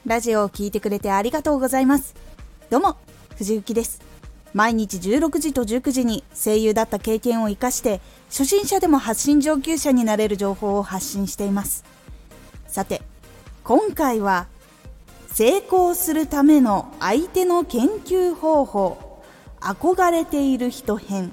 ラジオを聞いてくれてありがとうございます。どうも、藤幸です。毎日16時と19時に声優だった経験を生かして初心者でも発信上級者になれる情報を発信しています。さて、今回は成功するための相手の研究方法、憧れている人編。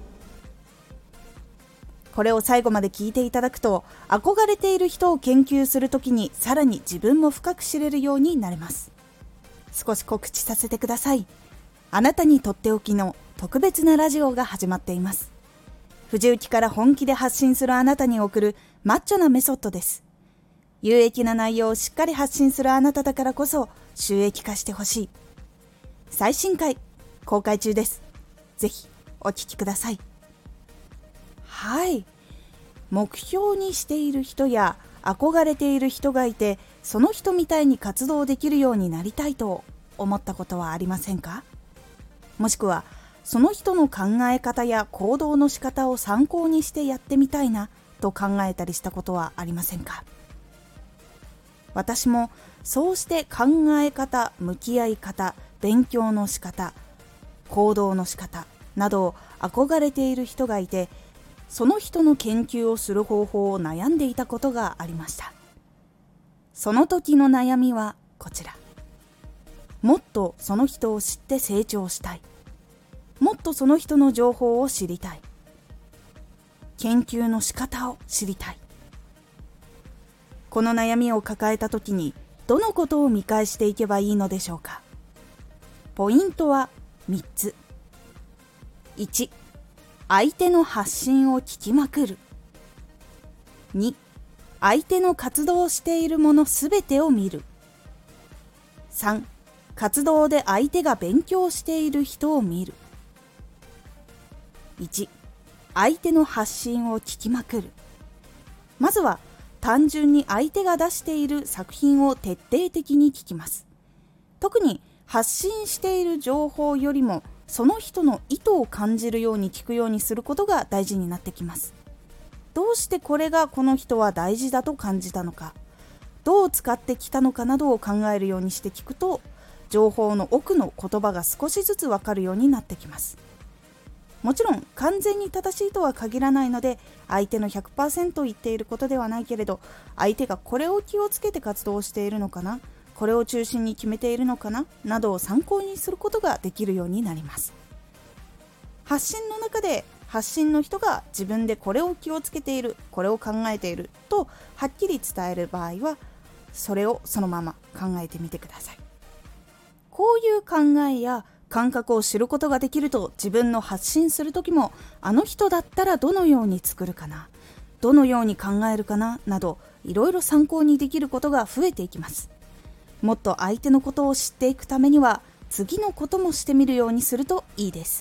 これを最後まで聞いていただくと、憧れている人を研究するときにさらに自分も深く知れるようになれます。少し告知させてください。あなたにとっておきの特別なラジオが始まっています。藤幸から本気で発信するあなたに送るマッチョなメソッドです。有益な内容をしっかり発信するあなただからこそ収益化してほしい。最新回公開中です。ぜひお聞きください。はい、目標にしている人や憧れている人がいて、その人みたいに活動できるようになりたいと思ったことはありませんか？もしくはその人の考え方や行動の仕方を参考にしてやってみたいなと考えたりしたことはありませんか？私もそうして考え方、向き合い方、勉強の仕方、行動の仕方などを憧れている人がいて、その人の研究をする方法を悩んでいたことがありました。その時の悩みはこちら。もっとその人を知って成長したい。もっとその人の情報を知りたい。研究の仕方を知りたい。この悩みを抱えた時にどのことを見返していけばいいのでしょうか。ポイントは3つ。1、相手の発信を聞きまくる。2、相手の活動しているものすべてを見る。3、活動で相手が勉強している人を見る。1、相手の発信を聞きまくる。まずは単純に相手が出している作品を徹底的に聞きます。特に発信している情報よりもその人の意図を感じるように聞くようにすることが大事になってきます。どうしてこれがこの人は大事だと感じたのか、どう使ってきたのかなどを考えるようにして聞くと、情報の奥の言葉が少しずつわかるようになってきます。もちろん完全に正しいとは限らないので、相手の 100% 言っていることではないけれど、相手がこれを気をつけて活動しているのかな、これを中心に決めているのかななどを参考にすることができるようになります。発信の中で発信の人が自分でこれを気をつけている、これを考えているとはっきり伝える場合は、それをそのまま考えてみてください。こういう考えや感覚を知ることができると、自分の発信する時もあの人だったらどのように作るかな、どのように考えるかななど、いろいろ参考にできることが増えていきます。もっと相手のことを知っていくためには、次のこともしてみるようにするといいです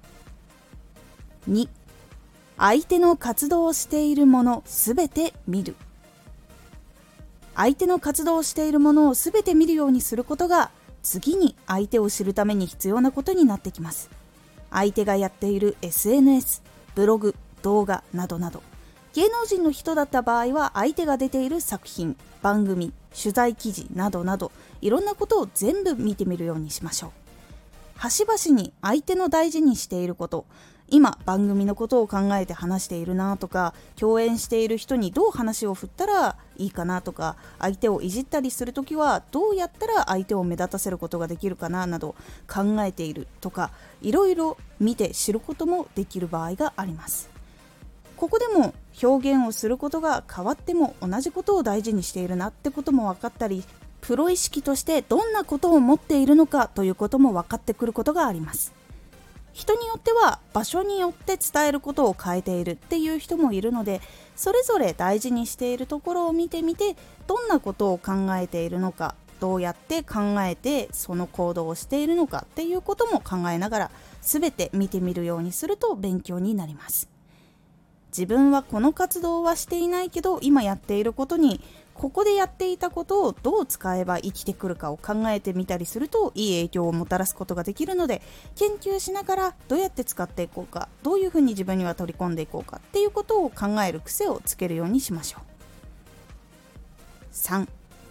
。2、相手の活動をしているものすべて見る。相手の活動をしているものをすべて見るようにすることが、次に相手を知るために必要なことになってきます。相手がやっている SNS、ブログ、動画などなど、芸能人の人だった場合は相手が出ている作品、番組、取材記事などなど、いろんなことを全部見てみるようにしましょう。端々に相手の大事にしていること、今番組のことを考えて話しているなとか、共演している人にどう話を振ったらいいかなとか、相手をいじったりするときはどうやったら相手を目立たせることができるかななど考えているとか、いろいろ見て知ることもできる場合があります。ここでも表現をすることが変わっても同じことを大事にしているなってことも分かったり、プロ意識としてどんなことを持っているのかということも分かってくることがあります。人によっては場所によって伝えることを変えているっていう人もいるので、それぞれ大事にしているところを見てみて、どんなことを考えているのか、どうやって考えてその行動をしているのかっていうことも考えながら、全て見てみるようにすると勉強になります。自分はこの活動はしていないけど、今やっていることにここでやっていたことをどう使えば生きてくるかを考えてみたりすると、いい影響をもたらすことができるので、研究しながらどうやって使っていこうか、どういうふうに自分には取り込んでいこうかっていうことを考える癖をつけるようにしましょう。3、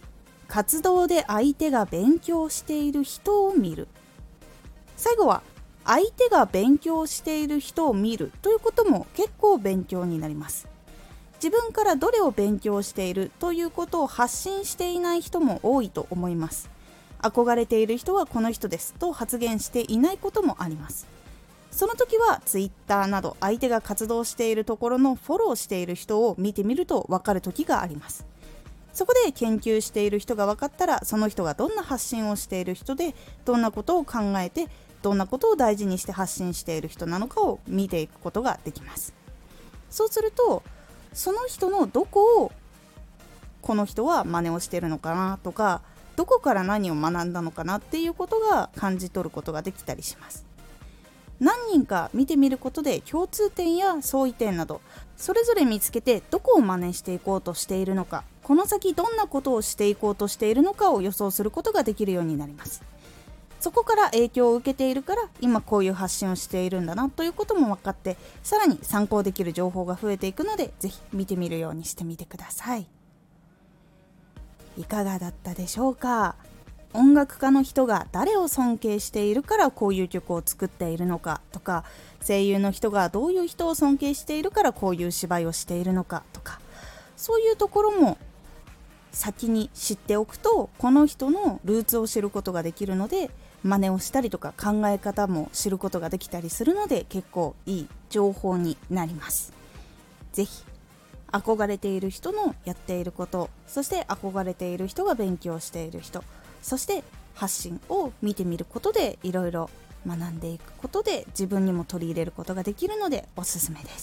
活動で相手が勉強している人を見る。最後は相手が勉強している人を見るということも結構勉強になります。自分からどれを勉強しているということを発信していない人も多いと思います。憧れている人はこの人ですと発言していないこともあります。その時は Twitter など相手が活動しているところのフォローしている人を見てみると分かる時があります。そこで研究している人が分かったら、その人がどんな発信をしている人で、どんなことを考えて、どんなことを大事にして発信している人なのかを見ていくことができます。そうすると、その人のどこをこの人は真似をしているのかなとか、どこから何を学んだのかなっていうことが感じ取ることができたりします。何人か見てみることで共通点や相違点などそれぞれ見つけて、どこを真似していこうとしているのか、この先どんなことをしていこうとしているのかを予想することができるようになります。そこから影響を受けているから今こういう発信をしているんだなということも分かって、さらに参考できる情報が増えていくので、ぜひ見てみるようにしてみてください。いかがだったでしょうか。音楽家の人が誰を尊敬しているからこういう曲を作っているのかとか、声優の人がどういう人を尊敬しているからこういう芝居をしているのかとか、そういうところも先に知っておくと、この人のルーツを知ることができるので、真似をしたりとか考え方も知ることができたりするので、結構いい情報になります。ぜひ憧れている人のやっていること、そして憧れている人が勉強している人、そして発信を見てみることで、いろいろ学んでいくことで自分にも取り入れることができるのでおすすめです。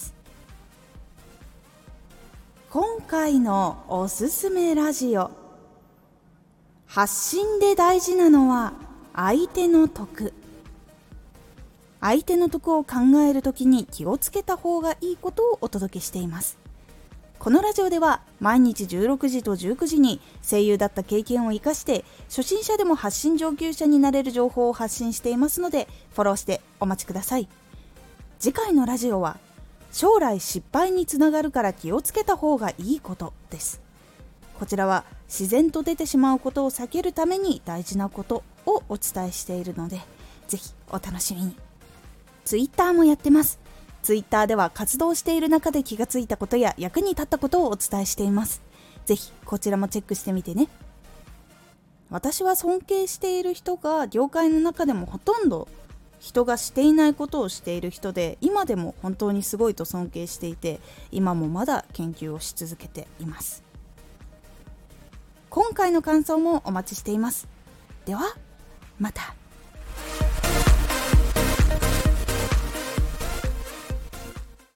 今回のおすすめラジオ、発信で大事なのは相手の得。相手の得を考えるときに気をつけた方がいいことをお届けしています。このラジオでは毎日16時と19時に声優だった経験を生かして初心者でも発信上級者になれる情報を発信していますので、フォローしてお待ちください。次回のラジオは将来失敗につながるから気をつけた方がいいことです。こちらは自然と出てしまうことを避けるために大事なことをお伝えしているので、ぜひお楽しみに。Twitter もやってます。Twitter では活動している中で気がついたことや役に立ったことをお伝えしています。ぜひこちらもチェックしてみてね。私は尊敬している人が業界の中でもほとんど人がしていないことをしている人で、今でも本当にすごいと尊敬していて、今もまだ研究をし続けています。今回の感想もお待ちしています。ではまた。